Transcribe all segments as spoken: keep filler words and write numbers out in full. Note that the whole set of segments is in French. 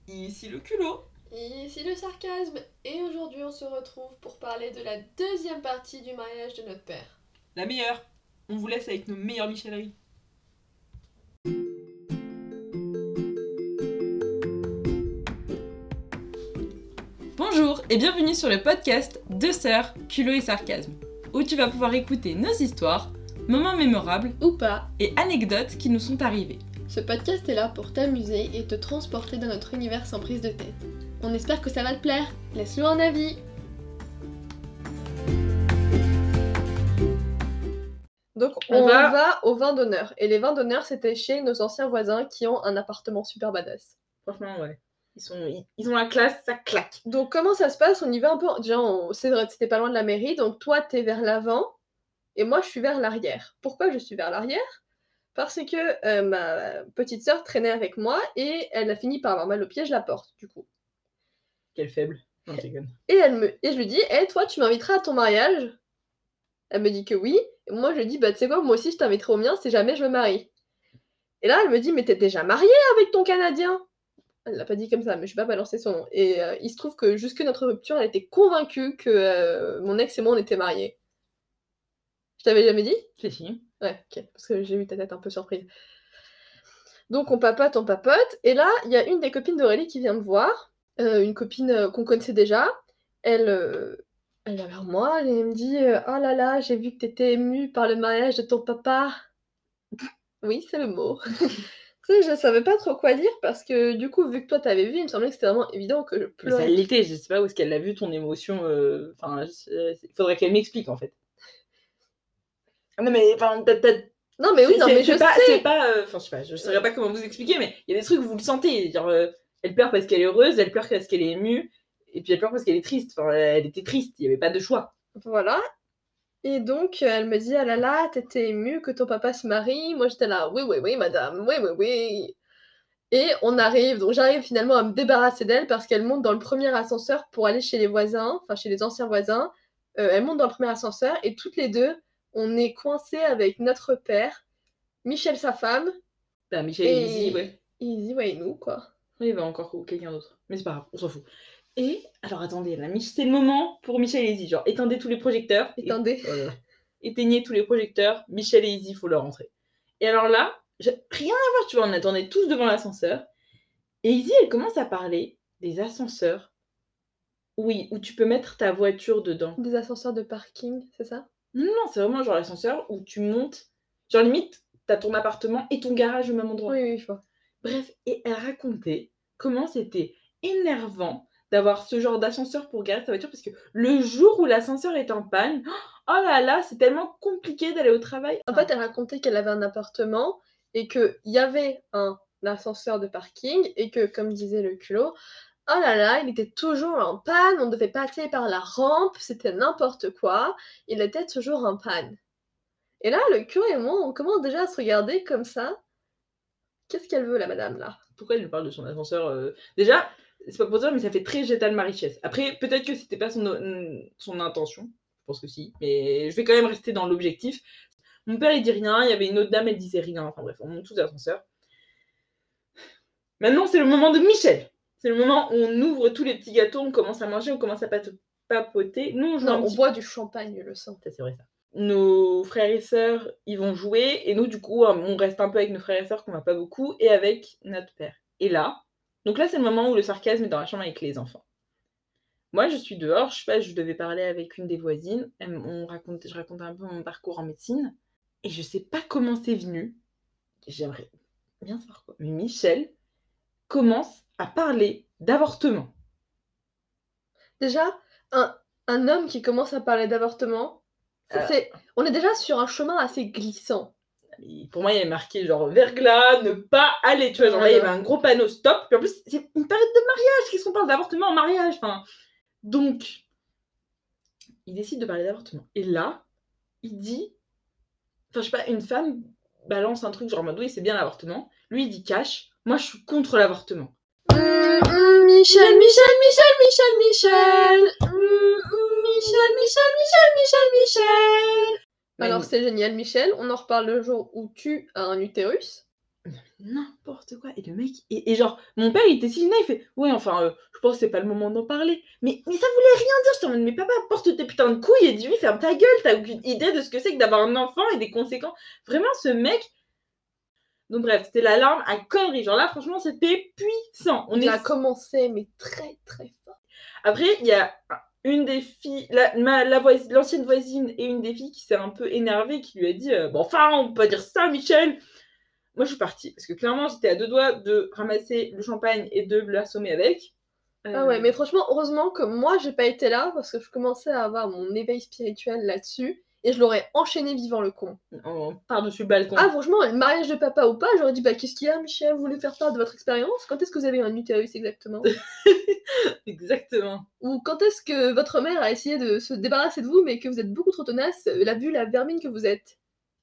Ici le culot. Ici le sarcasme, et aujourd'hui on se retrouve pour parler de la deuxième partie du mariage de notre père. La meilleure. On vous laisse avec nos meilleures micheleries. Bonjour et bienvenue sur le podcast Deux sœurs, culot et sarcasme, où tu vas pouvoir écouter nos histoires, moments mémorables Ou pas, et anecdotes qui nous sont arrivées. ce podcast est là pour t'amuser et te transporter dans notre univers sans prise de tête. On espère que ça va te plaire, laisse-nous un avis. Donc on, On va- va au vin d'honneur, et les vins d'honneur c'était chez nos anciens voisins qui ont un appartement super badass. Franchement, ouais. Ils, sont, ils, ils ont la classe, ça claque. Donc comment ça se passe? On y va un peu, déjà on... c'est vrai, c'était pas loin de la mairie, donc toi t'es vers l'avant, et moi je suis vers l'arrière. Pourquoi je suis vers l'arrière? Parce que euh, ma petite sœur traînait avec moi, et elle a fini par avoir mal au pied, je la porte, du coup. Quelle faible. Non, je déconne. Et, elle me... et je lui dis, hé, toi tu m'inviteras à ton mariage? Elle me dit que oui, et moi je lui dis, bah tu sais quoi, moi aussi je t'inviterai au mien si jamais je me marie. Et là elle me dit, mais t'es déjà mariée avec ton Canadien? Elle l'a pas dit comme ça, mais je vais pas balancer son nom. Et euh, il se trouve que jusque notre rupture, elle était convaincue que euh, mon ex et moi on était mariés. Je t'avais jamais dit? C'est si. Ouais, ok, parce que j'ai eu ta tête un peu surprise. Donc on papote, on papote, et là, il y a une des copines d'Aurélie qui vient me voir, euh, une copine euh, qu'on connaissait déjà. Elle, euh, elle vient vers moi, elle me dit euh, oh là là, j'ai vu que t'étais émue par le mariage de ton papa. Oui, c'est le mot. Tu sais, je savais pas trop quoi dire, parce que du coup, vu que toi t'avais vu, il me semblait que c'était vraiment évident que je Mais pleurais. ça l'était, je sais pas où est-ce qu'elle a vu ton émotion. euh, Enfin, il faudrait qu'elle m'explique en fait. Ah non, mais enfin, t'as- t'as- Non mais oui, non c'est- mais c'est je pas, sais. c'est pas, euh, enfin, je sais pas, je saurais pas comment vous expliquer, mais il y a des trucs où vous le sentez. Genre, euh, elle pleure parce qu'elle est heureuse, elle pleure parce qu'elle est émue, et puis elle pleure parce qu'elle est triste. Enfin, elle était triste, il y avait pas de choix. Voilà. Et donc, euh, elle me dit, ah là là, t'étais émue que ton papa se marie. Moi, j'étais là, oui, oui, oui, madame, oui, oui, oui. Et on arrive, donc j'arrive finalement à me débarrasser d'elle parce qu'elle monte dans le premier ascenseur pour aller chez les voisins, enfin chez les anciens voisins. Euh, elle monte dans le premier ascenseur et toutes les deux, on est coincés avec notre père, Michel sa femme, Bah, Michel et et Lizzie, ouais. Easy, ouais, et nous, quoi. Oui, il va encore quelqu'un d'autre. Mais c'est pas grave, on s'en fout. Et, alors attendez, là, Mich- c'est le moment pour Michel et Lizzie. Genre, éteindez tous les projecteurs. et- Éteindez. Oh là là. Éteignez tous les projecteurs. Michel et Lizzie, faut leur rentrer. Et alors là, j'ai- rien à voir, tu vois, on attendait tous devant l'ascenseur. Et Izzy, elle commence à parler des ascenseurs. Oui, où tu peux mettre ta voiture dedans. Des ascenseurs de parking, c'est ça? Non, non, c'est vraiment genre l'ascenseur où tu montes. Genre limite, t'as ton appartement et ton garage au même endroit. Oui, oui, je vois. Bref, et elle racontait comment c'était énervant d'avoir ce genre d'ascenseur pour garer ta voiture parce que le jour où l'ascenseur est en panne, oh là là, c'est tellement compliqué d'aller au travail. En fait, elle racontait qu'elle avait un appartement et qu'il y avait un ascenseur de parking et que, comme disait le culot, oh là là, il était toujours en panne, on devait passer par la rampe, c'était n'importe quoi, il était toujours en panne. Et là, le culot et moi, on commence déjà à se regarder comme ça. Qu'est-ce qu'elle veut, la madame, là? Pourquoi elle nous parle de son ascenseur euh, Déjà, c'est pas pour dire, mais ça fait très Jetal Marichès. Après, peut-être que c'était pas son, son intention. Je pense que si. Mais je vais quand même rester dans l'objectif. Mon père, il dit rien. Il y avait une autre dame, elle disait rien. Enfin bref, on monte tous l'ascenseur. Maintenant, c'est le moment de Michel. C'est le moment où on ouvre tous les petits gâteaux, on commence à manger, on commence à papoter. Nous, on joue Non, un on petit boit du champagne, le sang. Ça, c'est vrai, ça. Nos frères et sœurs, ils vont jouer, et nous, du coup, on reste un peu avec nos frères et sœurs, qu'on va pas beaucoup, et avec notre père. Et là, donc là, c'est le moment où le sarcasme est dans la chambre avec les enfants. Moi, je suis dehors, je sais pas, je devais parler avec une des voisines, on raconte, je racontais un peu mon parcours en médecine, et je sais pas comment c'est venu, j'aimerais bien savoir quoi, mais Michel commence à parler d'avortement. Déjà, un, un homme qui commence à parler d'avortement, Euh. c'est, on est déjà sur un chemin assez glissant. Pour moi, il y avait marqué genre verglas, ne pas aller, tu vois, genre là, il y avait un gros panneau stop, puis en plus, c'est une période de mariage, qu'est-ce qu'on parle d'avortement en mariage, enfin... Donc, il décide de parler d'avortement. Et là, il dit... Enfin, je sais pas, une femme balance un truc genre, oui, c'est bien l'avortement. Lui, il dit cash, moi, je suis contre l'avortement. Mmh, mmh, Michel, Michel, Michel, Michel, Michel. Mmh, mmh, Michel, Michel, Michel, Michel, Michel. Alors, c'est génial, Michel. On en reparle le jour où tu as un utérus. N'importe quoi. Et le mec, et, et genre, mon père, il était si gêné, il fait, ouais, enfin, euh, je pense que c'est pas le moment d'en parler. Mais, mais ça voulait rien dire. Je t'en mode, mais papa, porte tes putains de couilles et dis-lui, ferme ta gueule. T'as aucune idée de ce que c'est que d'avoir un enfant et des conséquences. Vraiment, ce mec. Donc, bref, c'était l'alarme à connerie. Genre là, franchement, c'était puissant. On Il est... a commencé, mais très très fort. Après, il y a une des filles, la, ma, la voisine, l'ancienne voisine et une des filles qui s'est un peu énervée, qui lui a dit, euh, bon, enfin, on peut pas dire ça, Michel. Moi, je suis partie, parce que clairement, j'étais à deux doigts de ramasser le champagne et de l'assommer avec. Euh... Ah ouais, mais franchement, heureusement que moi, j'ai pas été là, parce que je commençais à avoir mon éveil spirituel là-dessus, et je l'aurais enchaîné vivant le con. En par-dessus le balcon. Ah, franchement, le mariage de papa ou pas, j'aurais dit, bah, qu'est-ce qu'il y a, Michel, vous voulez faire part de votre expérience? Quand est-ce que vous avez un utérus, exactement? Exactement. Ou quand est-ce que votre mère a essayé de se débarrasser de vous, mais que vous êtes beaucoup trop tenace, elle a vu la vermine que vous êtes?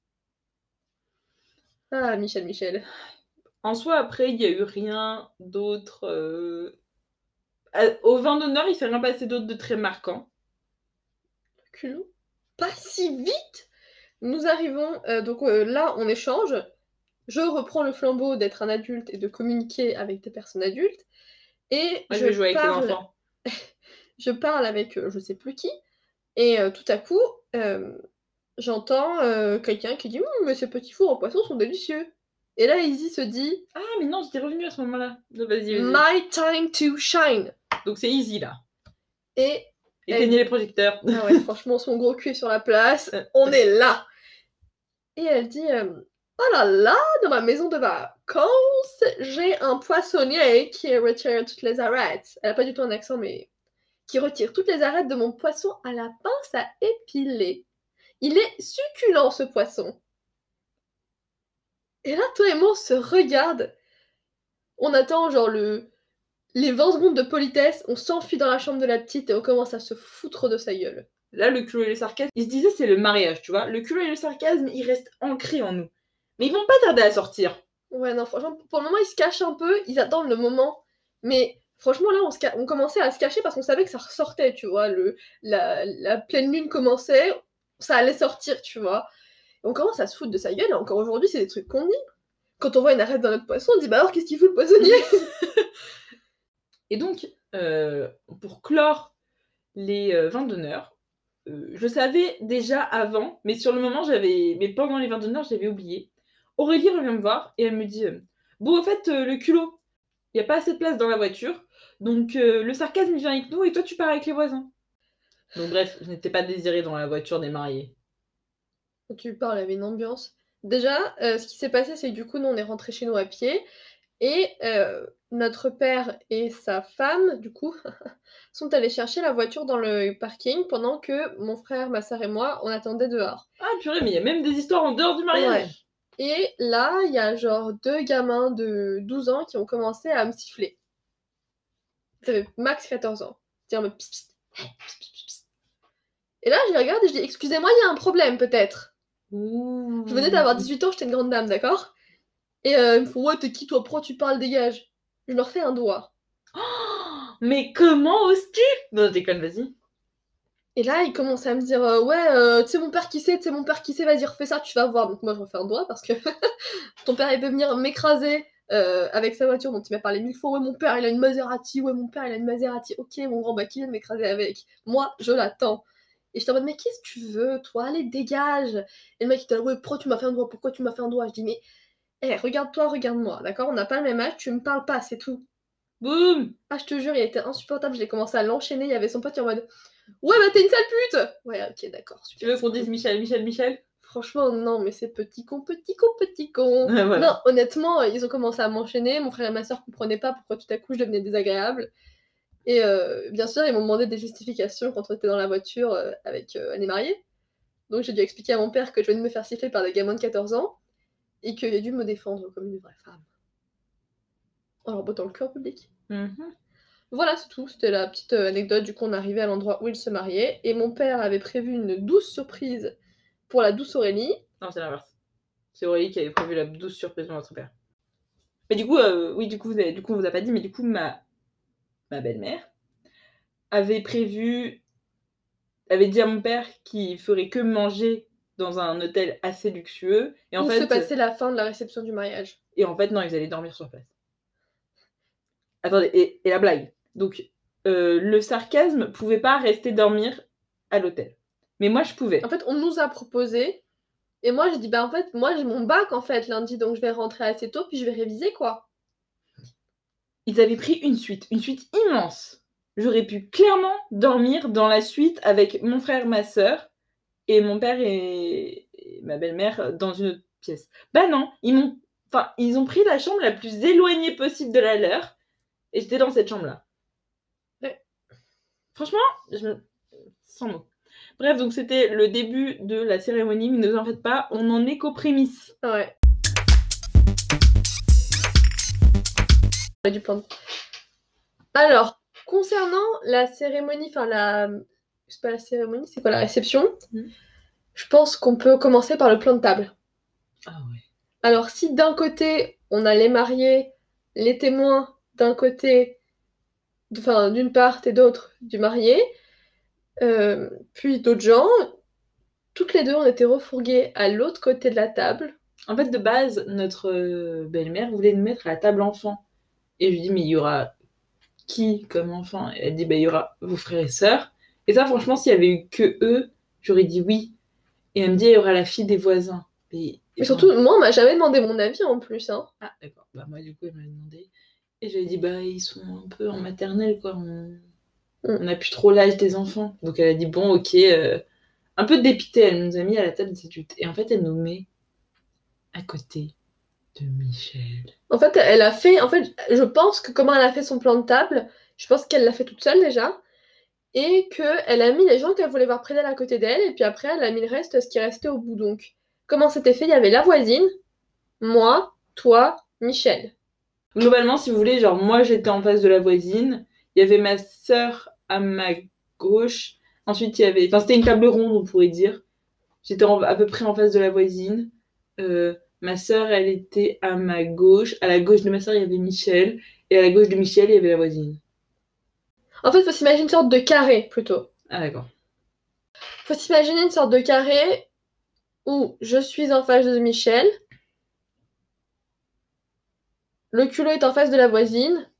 Ah, Michel, Michel. En soi, après, il n'y a eu rien d'autre. Euh... Au vin d'honneur, il s'est rien passé d'autre de très marquant. Culot. Pas si vite! Nous arrivons, euh, donc euh, là, on échange. Je reprends le flambeau d'être un adulte et de communiquer avec des personnes adultes. Et Moi, je je, vais jouer parle... avec les enfants. je parle avec euh, je sais plus qui. Et euh, tout à coup, euh, j'entends euh, quelqu'un qui dit hum, mais ces petits fours aux poissons sont délicieux. Et là, Izzy se dit ah, mais non, j'étais revenue à ce moment-là. Vas-y, vas-y. My time to shine. Donc c'est easy là. Et éteignez elle... les projecteurs. Ah ouais, franchement, son gros cul est sur la place. On est là. Et elle dit euh, oh là là, dans ma maison de vacances, j'ai un poissonnier qui retire toutes les arêtes. Elle a pas du tout un accent, mais qui retire toutes les arêtes de mon poisson à la pince à épiler. Il est succulent, ce poisson. Et là, toi et moi, on se regarde. On attend, genre, le... les vingt secondes de politesse, on s'enfuit dans la chambre de la petite et on commence à se foutre de sa gueule. Là, le culot et le sarcasme, ils se disaient c'est le mariage, tu vois. Le culot et le sarcasme, ils restent ancrés en nous. Mais ils vont pas tarder à sortir. Ouais, non, franchement, pour le moment, ils se cachent un peu, ils attendent le moment. Mais franchement, là, on, se ca... on commençait à se cacher parce qu'on savait que ça ressortait, tu vois. Le... La... la pleine lune commençait, ça allait sortir, tu vois. Et on commence à se foutre de sa gueule, et encore aujourd'hui, c'est des trucs qu'on dit. Quand on voit une arête dans notre poisson, on dit bah alors, qu'est-ce qu'il fout le poissonnier? Et donc, euh, pour clore les euh, vins d'honneur, euh, je savais déjà avant, mais sur le moment, j'avais. Mais pendant les vins d'honneur, j'avais oublié. Aurélie revient me voir et elle me dit euh, bon, en fait, euh, le culot, il n'y a pas assez de place dans la voiture, donc euh, le sarcasme il vient avec nous et toi tu pars avec les voisins. Donc, bref, je n'étais pas désirée dans la voiture des mariés. Quand tu parles, il y avait une ambiance. Déjà, euh, ce qui s'est passé, c'est que du coup, nous, on est rentrés chez nous à pied. Et euh, notre père et sa femme, du coup, sont allés chercher la voiture dans le parking pendant que mon frère, ma soeur et moi, on attendait dehors. Ah purée, mais il y a même des histoires en dehors du mariage. Ouais. Et là, il y a genre deux gamins de douze ans qui ont commencé à me siffler. Ils avaient max quatorze ans. Dire me pss, pss, pss, pss, pss. Et là, je les regarde et je dis excusez-moi, il y a un problème peut-être. Ouh. Je venais d'avoir dix-huit ans, j'étais une grande dame, d'accord? Et euh, ils me font ouais, t'es qui toi, pourquoi tu parles, dégage? Je leur fais un doigt. Oh, mais comment oses-tu? Non, déconne, vas-y. Et là, il commence à me dire euh, ouais, euh, tu sais mon père qui sait, tu sais mon père qui sait, vas-y refais ça, tu vas voir. Donc moi je refais un doigt parce que ton père il peut venir m'écraser euh, avec sa voiture dont il m'a parlé mille fois. Ouais mon père il a une Maserati, ouais mon père il a une Maserati. Ok mon grand bah qui vient de m'écraser avec? Moi je l'attends. Et j'étais en mode mais qu'est-ce que tu veux toi? Allez dégage. Et le mec il était là ouais pourquoi tu m'as fait un doigt? Pourquoi tu m'as fait un doigt? Je dis mais hé hey, regarde-toi, regarde-moi, d'accord? On n'a pas le même âge, tu me parles pas, c'est tout. Boum. Ah je te jure il était insupportable, j'ai commencé à l'enchaîner, il y avait son pote qui est en mode ouais, bah t'es une sale pute! Ouais, ok, d'accord. Tu veux qu'on dise Michel, Michel, Michel? Franchement, non, mais c'est petit con, petit con, petit con. Voilà. Non, honnêtement, ils ont commencé à m'enchaîner. Mon frère et ma soeur comprenaient pas pourquoi tout à coup je devenais désagréable. Et euh, bien sûr, ils m'ont demandé des justifications quand on était dans la voiture euh, avec euh, les mariés. Donc j'ai dû expliquer à mon père que je venais de me faire siffler par des gamins de quatorze ans et qu'il a dû me défendre comme une vraie femme. En leur bottant le cœur public. Mm-hmm. Voilà, c'est tout. C'était la petite anecdote. Du coup, on arrivait à l'endroit où ils se mariaient. Et mon père avait prévu une douce surprise pour la douce Aurélie. Non, c'est l'inverse. C'est Aurélie qui avait prévu la douce surprise de notre père. Mais du coup, euh, oui, du coup, vous avez, du coup, on vous a pas dit, mais du coup, ma, ma belle-mère avait prévu, avait dit à mon père qu'il ferait que manger dans un hôtel assez luxueux. Et en où fait, se passait la fin de la réception du mariage. Et en fait, non, ils allaient dormir sur place. Attendez, et, et la blague. Donc, euh, le sarcasme pouvait pas rester dormir à l'hôtel. Mais moi, je pouvais. En fait, on nous a proposé. Et moi, j'ai dit, bah en fait, moi, j'ai mon bac, en fait, lundi. Donc, je vais rentrer assez tôt, puis je vais réviser, quoi. Ils avaient pris une suite. Une suite immense. J'aurais pu clairement dormir dans la suite avec mon frère, ma sœur, et mon père et, et ma belle-mère dans une autre pièce. Bah non, ils m'ont... Enfin, ils ont pris la chambre la plus éloignée possible de la leur, et j'étais dans cette chambre-là. Ouais. Franchement, je me... sans mots. Bref, donc c'était le début de la cérémonie, mais ne vous en faites pas, on en est qu'aux prémices. Ouais. Du plan. Alors, concernant la cérémonie, enfin la... C'est pas la cérémonie, c'est quoi la réception? mmh. Je pense qu'on peut commencer par le plan de table. Ah ouais. Alors, si d'un côté, on a les mariés, les témoins d'un côté, enfin d'une part et d'autre du marié, euh, puis d'autres gens, toutes les deux, on était refourguées à l'autre côté de la table. En fait, de base, notre euh, belle-mère voulait nous mettre à la table enfant. Et je lui dis, mais il y aura qui comme enfant? Et elle dit, bah, il y aura vos frères et sœurs. Et ça, franchement, s'il y avait eu que eux, j'aurais dit oui. Et elle me dit, il y aura la fille des voisins. Et, Mais surtout, moi, on m'a jamais demandé mon avis en plus. Hein. Ah, d'accord. Bah, moi, du coup, elle m'a demandé. Et j'avais dit, bah, ils sont un peu en maternelle, quoi. On mm. n'a plus trop l'âge des enfants. Donc, elle a dit, bon, ok. Euh... Un peu dépitée, elle nous a mis à la table des adultes. Et en fait, elle nous met à côté de Michel. En fait, elle a fait... En fait, je pense que comment elle a fait son plan de table, je pense qu'elle l'a fait toute seule, déjà. Et qu'elle a mis les gens qu'elle voulait voir près d'elle à côté d'elle. Et puis après, elle a mis le reste, ce qui restait au bout, donc. Comment c'était fait? Il y avait la voisine, moi, toi, Michel. Globalement, si vous voulez, genre, moi, j'étais en face de la voisine. Il y avait ma sœur à ma gauche. Ensuite, il y avait... Enfin, c'était une table ronde, on pourrait dire. J'étais en... à peu près en face de la voisine. Euh, ma sœur, elle était à ma gauche. À la gauche de ma sœur, il y avait Michel. Et à la gauche de Michel, il y avait la voisine. En fait, il faut s'imaginer une sorte de carré, plutôt. Ah, d'accord. Faut s'imaginer une sorte de carré où je suis en face de Michel. Le culot est en face de la voisine.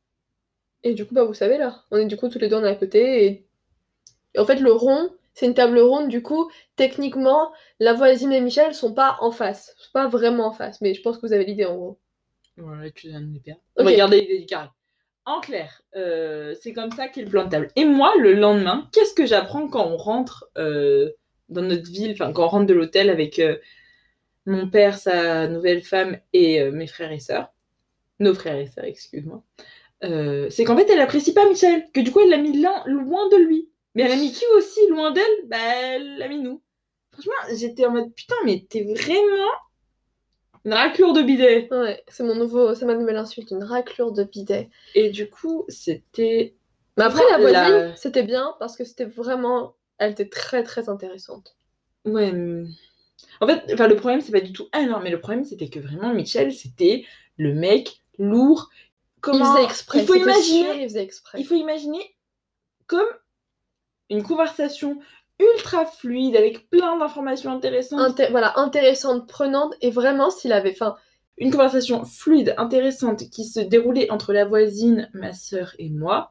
Et du coup, bah, vous savez, là, on est du coup tous les deux, on est à côté. Et, et en fait, le rond, c'est une table ronde. Du coup, techniquement, la voisine et Michel sont pas en face. Sont pas vraiment en face. Mais je pense que vous avez l'idée, en gros. Voilà, tu viens de me perdre. On va garder l'idée du carré. En clair, euh, c'est comme ça qu'est le plan de table. Et moi, le lendemain, qu'est-ce que j'apprends quand on rentre euh, dans notre ville, enfin, quand on rentre de l'hôtel avec euh, mon père, sa nouvelle femme et euh, mes frères et sœurs. Nos frères et sœurs, excuse-moi. Euh, c'est qu'en fait, elle apprécie pas Michel, que du coup, elle l'a mis là, loin de lui. Mais elle a mis qui aussi loin d'elle? Bah, elle l'a mis nous. Franchement, j'étais en mode, putain, mais t'es vraiment une raclure de bidet. Ouais, c'est mon nouveau, c'est ma nouvelle insulte, une raclure de bidet. Et du coup, c'était... Mais après, la voisine, la... c'était bien, parce que c'était vraiment... Elle était très, très intéressante. Ouais, mais... En fait, enfin, le problème, c'est pas du tout elle, non, mais le problème, c'était que vraiment, Michel, c'était le mec lourd. Comment... Il faisait exprès. Il faut imaginer... Sûr, il faisait exprès. Il faut imaginer comme une conversation ultra fluide, avec plein d'informations intéressantes. Inté- voilà, intéressante, prenante, et vraiment, s'il avait... Enfin, une conversation fluide, intéressante, qui se déroulait entre la voisine, ma sœur et moi.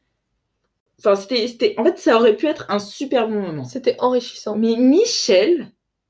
Enfin, c'était, c'était... En fait, ça aurait pu être un super bon moment. C'était enrichissant. Mais Michel,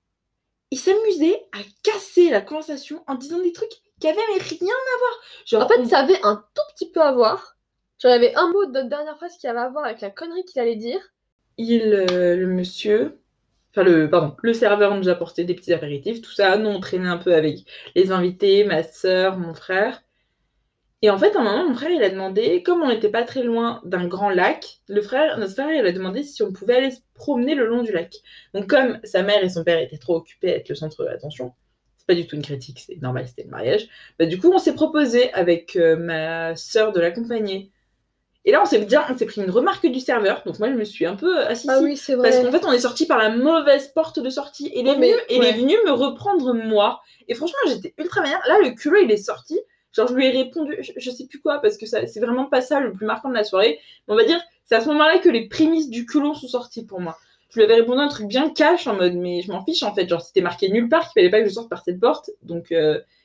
il s'amusait à casser la conversation en disant des trucs qui avaient mais rien à voir. Genre, en fait, on... ça avait un tout petit peu à voir. Genre, il y avait un mot de notre dernière phrase qui avait à voir avec la connerie qu'il allait dire. Il, euh, le monsieur... Enfin, le, pardon, le serveur nous apportait des petits apéritifs, tout ça. Nous, on traînait un peu avec les invités, ma sœur, mon frère. Et en fait, à un moment, mon frère, il a demandé, comme on n'était pas très loin d'un grand lac, le frère, notre frère, il a demandé si on pouvait aller se promener le long du lac. Donc, comme sa mère et son père étaient trop occupés à être le centre de l'attention, c'est pas du tout une critique, c'est normal, c'était le mariage, bah, du coup, on s'est proposé avec euh, ma sœur de l'accompagner. Et là, on s'est, bien, on s'est pris une remarque du serveur, donc moi, je me suis un peu assise. Ah oui, c'est vrai. Parce qu'en fait, on est sorti par la mauvaise porte de sortie. Et il est, oh, venu, mais, et ouais. il est venu me reprendre moi. Et franchement, j'étais ultra manière. Là, le culot, il est sorti. Genre, je lui ai répondu, je, je sais plus quoi, parce que ça, c'est vraiment pas ça le plus marquant de la soirée. Mais on va dire, c'est à ce moment-là que les prémices du culot sont sorties pour moi. Je lui avais répondu un truc bien cash, en mode, mais je m'en fiche, en fait. Genre, c'était marqué nulle part qu'il fallait pas que je sorte par cette porte. Donc, euh...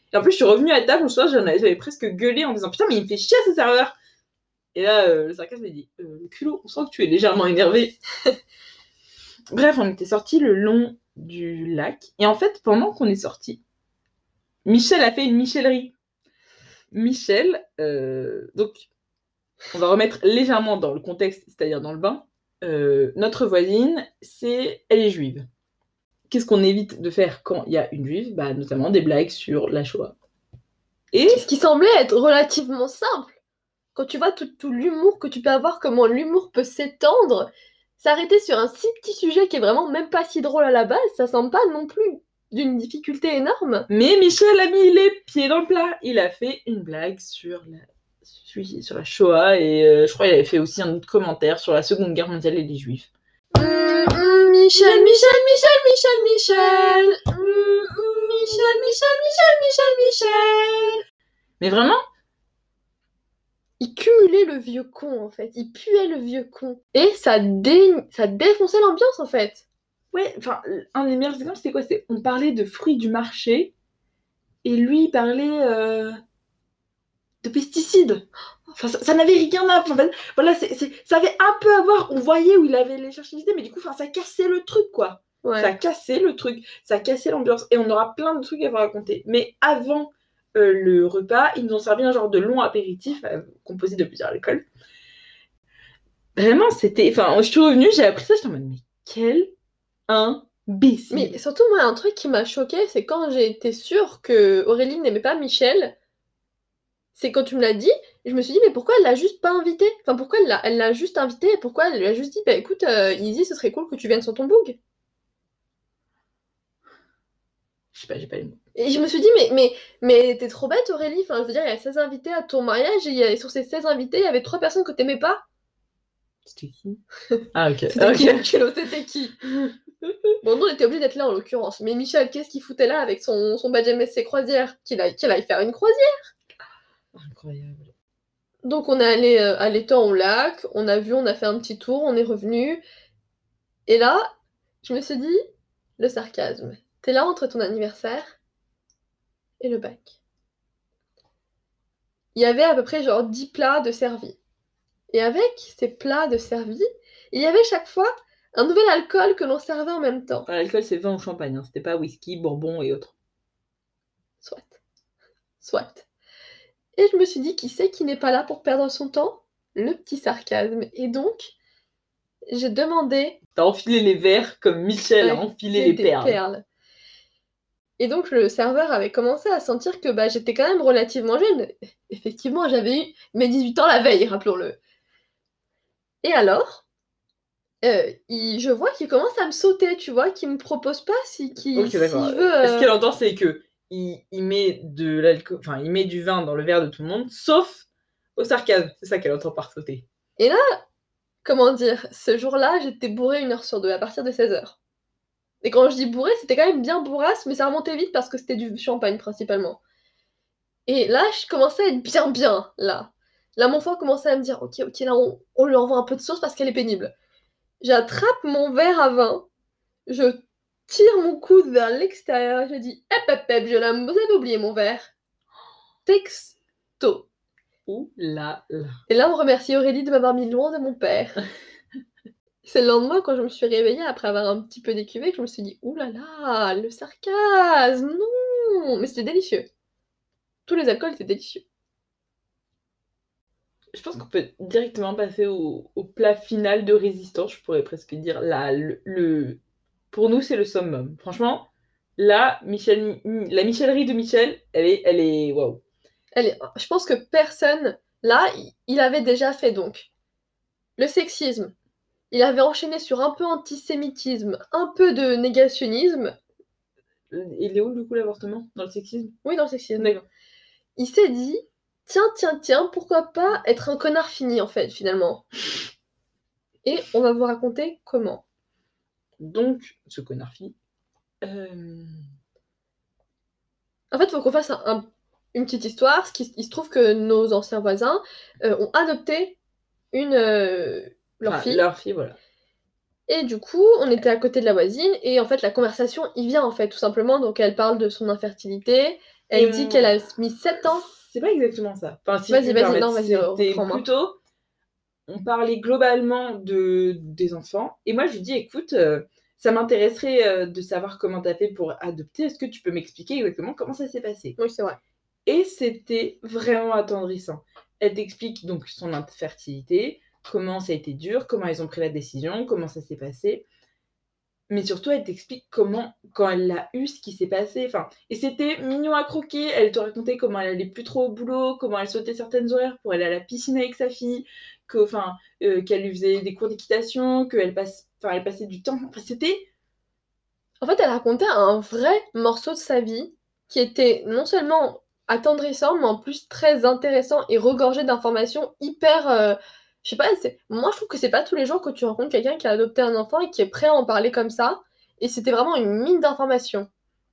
Et en plus, je suis revenue à table, le soir, j'en avais, j'avais presque gueulé en disant « Putain, mais il me fait chier ce serveur !» Et là, euh, le sarcasme m'a dit euh, « Le culot, on sent que tu es légèrement énervé. » Bref, on était sortis le long du lac. Et en fait, pendant qu'on est sortis, Michel a fait une Michellerie. Michel, euh, donc, on va remettre légèrement dans le contexte, c'est-à-dire dans le bain. Euh, notre voisine, c'est, elle est juive. Qu'est-ce qu'on évite de faire quand il y a une juive? Bah, notamment des blagues sur la Shoah. Et ce qui semblait être relativement simple. Quand tu vois tout, tout l'humour que tu peux avoir, comment l'humour peut s'étendre, s'arrêter sur un si petit sujet qui est vraiment même pas si drôle à la base, ça semble pas non plus d'une difficulté énorme. Mais Michel a mis les pieds dans le plat. Il a fait une blague sur la, sur la Shoah et euh, je crois qu'il avait fait aussi un autre commentaire sur la Seconde Guerre mondiale et les Juifs. Mmh, mmh, Michel, Michel, Michel, Michel, Michel. Mmh, mmh, Michel, Michel, Michel, Michel, Michel. Mais vraiment, il cumulait le vieux con, en fait. Il puait le vieux con. Et ça, dé... ça défonçait l'ambiance, en fait. Ouais, enfin, un des meilleurs exemples, c'était quoi? C'était, on parlait de fruits du marché, et lui, il parlait euh, de pesticides. Enfin, ça, ça n'avait rien à... Enfin, voilà, c'est, c'est, ça avait un peu à voir, on voyait où il avait les chercher l'idée, mais du coup, enfin, ça cassait le truc, quoi. Ouais. Ça cassait le truc, ça cassait l'ambiance, et on aura plein de trucs à vous raconter. Mais avant euh, le repas, ils nous ont servi un genre de long apéritif, euh, composé de plusieurs alcools. Vraiment, c'était... Enfin, je suis revenue, j'ai appris ça, j'étais en mode, mais quel imbécile. Mais surtout, moi, un truc qui m'a choquée, c'est quand j'ai été sûre que Aurélie n'aimait pas Michel, c'est quand tu me l'as dit, je me suis dit, mais pourquoi elle l'a juste pas invité? Enfin, pourquoi elle l'a, elle l'a juste invité, et pourquoi elle lui a juste dit, bah écoute, euh, Izzy, ce serait cool que tu viennes sur ton boug. Je sais pas, j'ai pas les mots. Et je me suis dit, mais, mais, mais t'es trop bête, Aurélie. Enfin, je veux dire, il y a seize invités à ton mariage, et, y a, et sur ces seize invités, il y avait trois personnes que t'aimais pas. C'était qui? Ah, ok. C'était okay. qui, Angelo? C'était qui? Bon, nous, on était obligés d'être là, en l'occurrence. Mais Michel, qu'est-ce qu'il foutait là avec son, son badge M S C croisière? Qu'il aille, qu'il aille faire une croisière. Incroyable. Donc, on est allé euh, à l'étang au lac, on a vu, on a fait un petit tour, on est revenu. Et là, je me suis dit, le sarcasme. T'es là entre ton anniversaire et le bac. Il y avait à peu près genre dix plats de servis. Et avec ces plats de servis, il y avait chaque fois un nouvel alcool que l'on servait en même temps. Enfin, l'alcool, c'est vin ou champagne, hein. C'était pas whisky, bourbon et autres. Soit. Soit. Et je me suis dit, qui c'est qui n'est pas là pour perdre son temps? Le petit sarcasme. Et donc, j'ai demandé... T'as enfilé les verres comme Michel ouais, a enfilé les perles. perles. Et donc, le serveur avait commencé à sentir que bah, j'étais quand même relativement jeune. Effectivement, j'avais eu mes dix-huit ans la veille, rappelons-le. Et alors, euh, il, je vois qu'il commence à me sauter, tu vois, qu'il me propose pas si, qu'il, okay, s'il d'accord. veut... Euh... Ce qu'elle entend, c'est que il, il met de l'alcool, enfin, il met du vin dans le verre de tout le monde, sauf au sarcasme. C'est ça qu'elle entend par sauter. Et là, comment dire, ce jour-là, j'étais bourrée une heure sur deux, à partir de seize heures. Et quand je dis bourrée, c'était quand même bien bourrasse, mais ça remontait vite parce que c'était du champagne, principalement. Et là, je commençais à être bien bien, là. Là, mon foie commençait à me dire, ok, ok, là, on, on lui envoie un peu de sauce parce qu'elle est pénible. J'attrape mon verre à vin, je tire mon coude vers l'extérieur, je dis, hep, hep, hep, je l'aime, vous avez oublié mon verre. Texto. Ouh là là. Et là, on remercie Aurélie de m'avoir mis loin de mon père. C'est le lendemain, quand je me suis réveillée, après avoir un petit peu décuvé, que je me suis dit, ouh là là, le sarcasme, non. Mais c'était délicieux. Tous les alcools étaient délicieux. Je pense qu'on peut directement passer au, au plat final de résistance, je pourrais presque dire. Là, le, le... Pour nous, c'est le summum. Franchement, là, Michel, la Michellerie de Michel, elle est, elle est, waouh. Elle est... Je pense que personne, là, il avait déjà fait donc le sexisme. Il avait enchaîné sur un peu antisémitisme, un peu de négationnisme. Il est où, du coup, l'avortement? Dans le sexisme? Oui, dans le sexisme. D'accord. Il s'est dit, tiens, tiens, tiens, pourquoi pas être un connard fini, en fait, finalement. Et on va vous raconter comment. Donc, ce connard fini... Euh... En fait, il faut qu'on fasse un, un, une petite histoire. Ce qui, il se trouve que nos anciens voisins euh, ont adopté une... Euh, leur enfin, fille. Leur fille, voilà. Et du coup, on était à côté de la voisine, et en fait, la conversation, il vient, en fait, tout simplement. Donc, elle parle de son infertilité, Elle Et dit mon- qu'elle a mis sept ans. C'est pas exactement ça. Enfin, si Vas-y, je peux me vas-y, permettre, non, vas-y, c'était reprends-moi. plutôt... On parlait globalement de, des enfants. Et moi, je lui dis, écoute, euh, ça m'intéresserait euh, de savoir comment t'as fait pour adopter. Est-ce que tu peux m'expliquer exactement comment ça s'est passé? Oui, c'est vrai. Et c'était vraiment attendrissant. Elle t'explique donc son infertilité, comment ça a été dur, comment ils ont pris la décision, comment ça s'est passé. Mais surtout, elle t'explique comment, quand elle l'a eu, ce qui s'est passé. Enfin, et c'était mignon à croquer. Elle te racontait comment elle allait plus trop au boulot, comment elle sautait certaines horaires pour aller à la piscine avec sa fille, que, enfin, euh, qu'elle lui faisait des cours d'équitation, qu'elle passe, enfin, elle passait du temps. Enfin, c'était... En fait, elle racontait un vrai morceau de sa vie qui était non seulement attendrissant, mais en plus très intéressant et regorgé d'informations hyper... euh, je sais pas, c'est... moi je trouve que c'est pas tous les jours que tu rencontres quelqu'un qui a adopté un enfant et qui est prêt à en parler comme ça. Et c'était vraiment une mine d'informations.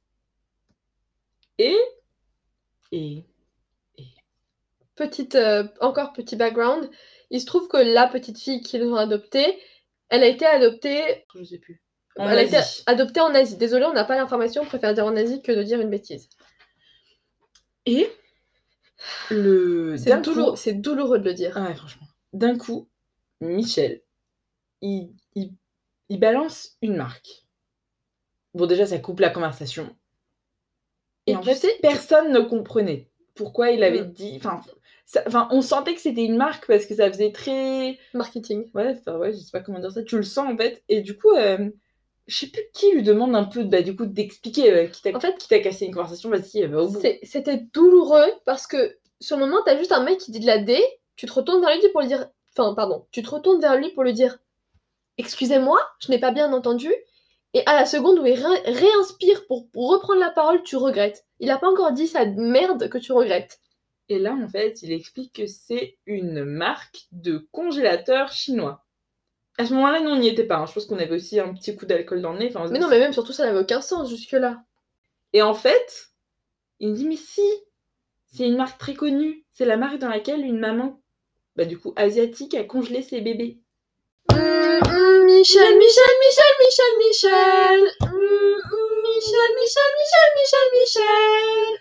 Et... Et... Petite, euh, encore petit background, il se trouve que la petite fille qu'ils ont adoptée, elle a été adoptée... Je sais plus. En Elle a été Asie. adoptée en Asie. Désolée, on n'a pas l'information, on préfère dire en Asie que de dire une bêtise. Et... Le... C'est D'un douloureux, coup... c'est douloureux de le dire. Ah ouais, franchement. D'un coup, Michel, il, il, il balance une marque. Bon, déjà, ça coupe la conversation. Et, Et en tu fait, sais, personne ne comprenait pourquoi il avait Mm. dit... Enfin, ça- enfin, on sentait que c'était une marque parce que ça faisait très... marketing. Ouais, enfin, ouais, je sais pas comment dire ça. Tu le sens, en fait. Et du coup, euh, je sais plus qui lui demande un peu, bah, du coup, d'expliquer. Euh, qui t'a En fait, qui t'a cassé une conversation, vas-y, euh, va au bout. c'est- c'était douloureux parce que sur le moment, t'as juste un mec qui dit de la D, tu te retournes vers lui pour lui dire... Enfin, pardon, tu te retournes vers lui pour lui dire « Excusez-moi, je n'ai pas bien entendu ». Et à la seconde où il ré- réinspire pour, pour reprendre la parole, tu regrettes. Il a pas encore dit sa merde que tu regrettes. Et là, en fait, il explique que c'est une marque de congélateur chinois. À ce moment-là, nous, on n'y était pas. Hein. Je pense qu'on avait aussi un petit coup d'alcool dans le nez. Enfin, Mais non, mais même surtout, ça n'avait aucun sens jusque-là. Et en fait, il me dit, mais si, c'est une marque très connue. C'est la marque dans laquelle une maman, bah, du coup, asiatique, a congelé ses bébés. Mmh, mmh, Michel, Michel, Michel, Michel, Michel. Mmh, mmh, Michel, Michel, Michel, Michel, Michel.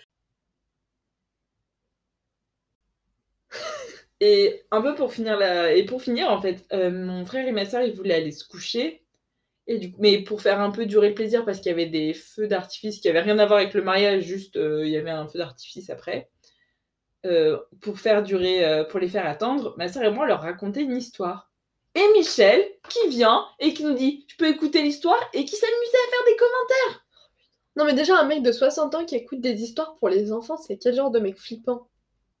Et un peu pour finir, la... et pour finir en fait, euh, mon frère et ma soeur, ils voulaient aller se coucher. Et du coup, mais pour faire un peu durer le plaisir, parce qu'il y avait des feux d'artifice qui n'avaient rien à voir avec le mariage, juste euh, il y avait un feu d'artifice après. Euh, pour faire durer, euh, pour les faire attendre, ma soeur et moi leur raconter une histoire. Et Michel, qui vient et qui nous dit je peux écouter l'histoire et qui s'amusait à faire des commentaires. Non, mais déjà, un mec de soixante ans qui écoute des histoires pour les enfants, c'est quel genre de mec flippant?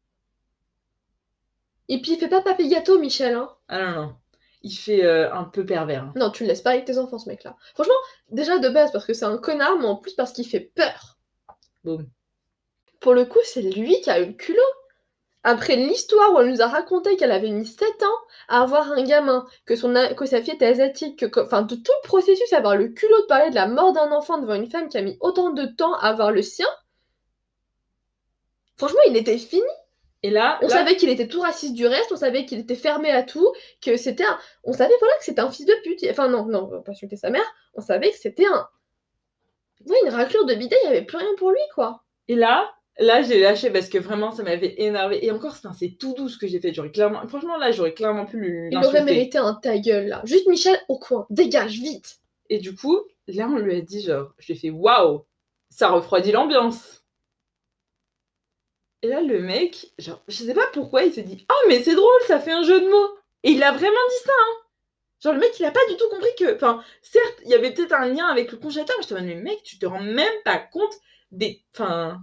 Et puis, il fait pas papy gâteau, Michel, hein. Ah non, non. Il fait euh, un peu pervers. Hein. Non, tu le laisses pas avec tes enfants, ce mec-là. Franchement, déjà de base, parce que c'est un connard, mais en plus parce qu'il fait peur. Boum. Pour le coup, c'est lui qui a eu le culot. Après l'histoire où elle nous a raconté qu'elle avait mis sept ans à avoir un gamin, que, son a- que sa fille était asiatique, que, que- enfin de tout le processus, avoir le culot de parler de la mort d'un enfant devant une femme qui a mis autant de temps à avoir le sien, franchement, il était fini. Et là, On là... savait qu'il était tout raciste du reste, on savait qu'il était fermé à tout, que c'était un... On savait, voilà, que c'était un fils de pute. Enfin non, non, on va pas insulter sa mère, on savait que c'était un... Ouais, une raclure de bidet, il y avait plus rien pour lui, quoi. Et là, là, j'ai lâché parce que vraiment, ça m'avait énervé. Et encore, enfin, c'est tout doux ce que j'ai fait. J'aurais clairement, franchement, là, j'aurais clairement pu lui Il aurait l'insulter. mérité un ta gueule, là. Juste Michel, au coin, dégage, vite. Et du coup, là, on lui a dit, genre, je lui ai fait waouh, ça refroidit l'ambiance. Et là, le mec, genre, je sais pas pourquoi, il s'est dit, oh, mais c'est drôle, ça fait un jeu de mots. Et il a vraiment dit ça, hein. Genre, le mec, il a pas du tout compris que, enfin, certes, il y avait peut-être un lien avec le congélateur, mais je te dis, mais mec, tu te rends même pas compte des, enfin.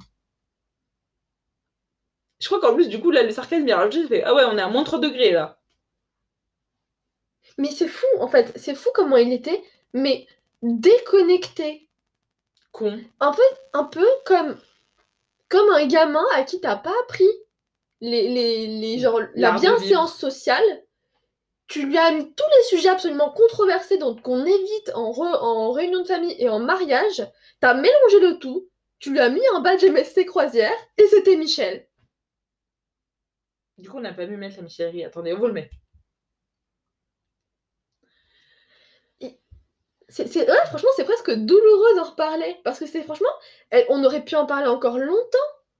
Je crois qu'en plus, du coup, là, le sarcasme, il a rajouté, j'ai fait, ah ouais, on est à moins trois degrés, là. Mais c'est fou, en fait. C'est fou comment il était, mais déconnecté. Con. Un peu, un peu comme, comme un gamin à qui t'as pas appris les, les, les, genre, la L'art de vivre. bienséance sociale. Tu lui as mis tous les sujets absolument controversés dont qu'on évite en, re- en réunion de famille et en mariage. T'as mélangé le tout. Tu lui as mis un badge M S C croisière et c'était Michel. Du coup, on n'a pas vu mettre la Michelerie. Attendez, on vous le met. C'est, c'est, ouais, franchement, c'est presque douloureux d'en reparler. Parce que c'est franchement, elle- on aurait pu en parler encore longtemps.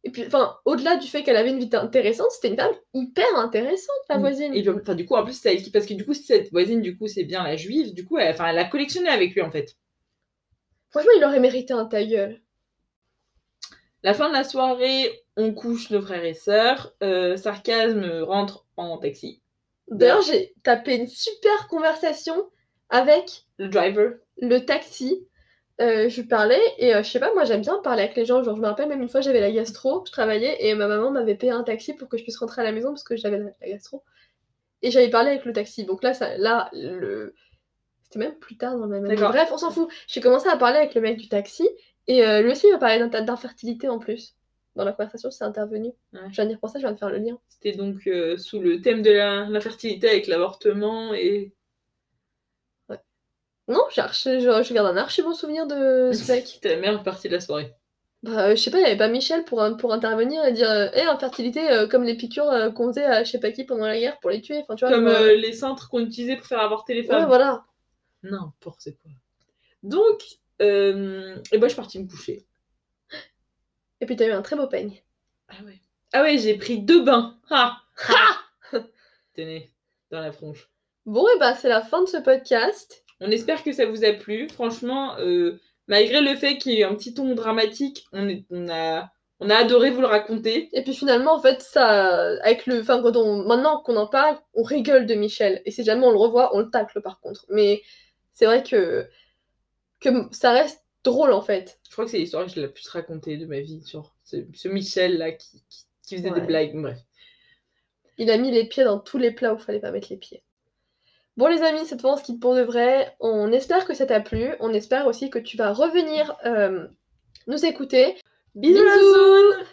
Et puis, enfin, au-delà du fait qu'elle avait une vie intéressante, c'était une femme hyper intéressante, la voisine. Et puis, enfin, du coup, en plus, ça, parce que du coup, cette voisine, du coup, c'est bien la juive, du coup, elle, enfin, elle a collectionné avec lui, en fait. Franchement, il aurait mérité un ta gueule. La fin de la soirée, on couche nos frères et sœurs. Euh, Sarcasme rentre en taxi. D'ailleurs, j'ai tapé une super conversation avec le driver, le taxi. Euh, je lui parlais et euh, je sais pas, moi j'aime bien parler avec les gens. Genre, je me rappelle même une fois, j'avais la gastro, je travaillais et ma maman m'avait payé un taxi pour que je puisse rentrer à la maison parce que j'avais la, la gastro. Et j'avais parlé avec le taxi. Donc là, ça, là, le... c'était même plus tard dans la même année. Bref, on s'en fout. J'ai commencé à parler avec le mec du taxi et euh, lui aussi il m'a parlé d'infertilité en plus. Dans la conversation, c'est intervenu. Ouais. Je viens de dire pour ça, je viens de faire le lien. C'était donc euh, sous le thème de la, la fertilité avec l'avortement et... Ouais. Non, j'ai archi... je, je garde un archi bon souvenir de ce mec. C'était la meilleure partie de la soirée. Bah, euh, je sais pas, il y avait pas Michel pour, pour intervenir et dire euh, hey, infertilité, euh, comme les piqûres euh, qu'on faisait à je sais pas qui pendant la guerre pour les tuer. Enfin, tu vois, comme genre, euh, les cintres qu'on utilisait pour faire avorter les femmes. Ouais, voilà. N'importe quoi. Donc, euh, et moi, je suis partie me coucher. Et puis, t'as eu un très beau peigne. Ah ouais. Ah ouais, j'ai pris deux bains. Ha Ha Tenez, dans la tronche. Bon, et bah, c'est la fin de ce podcast. On espère que ça vous a plu. Franchement, euh, malgré le fait qu'il y ait un petit ton dramatique, on, est, on, a, on a adoré vous le raconter. Et puis finalement, en fait, ça, avec le, enfin, quand on, maintenant qu'on en parle, on rigole de Michel. Et si jamais on le revoit, on le tacle par contre. Mais c'est vrai que, que ça reste drôle en fait. Je crois que c'est l'histoire que je l'ai la plus racontée de ma vie. Genre, ce, ce Michel là qui, qui, qui faisait Ouais. des blagues. Bref. Il a mis les pieds dans tous les plats où il fallait pas mettre les pieds. Bon les amis, cette fois on se quitte pour de vrai. On espère que ça t'a plu. On espère aussi que tu vas revenir euh, nous écouter. Bisous, Bisous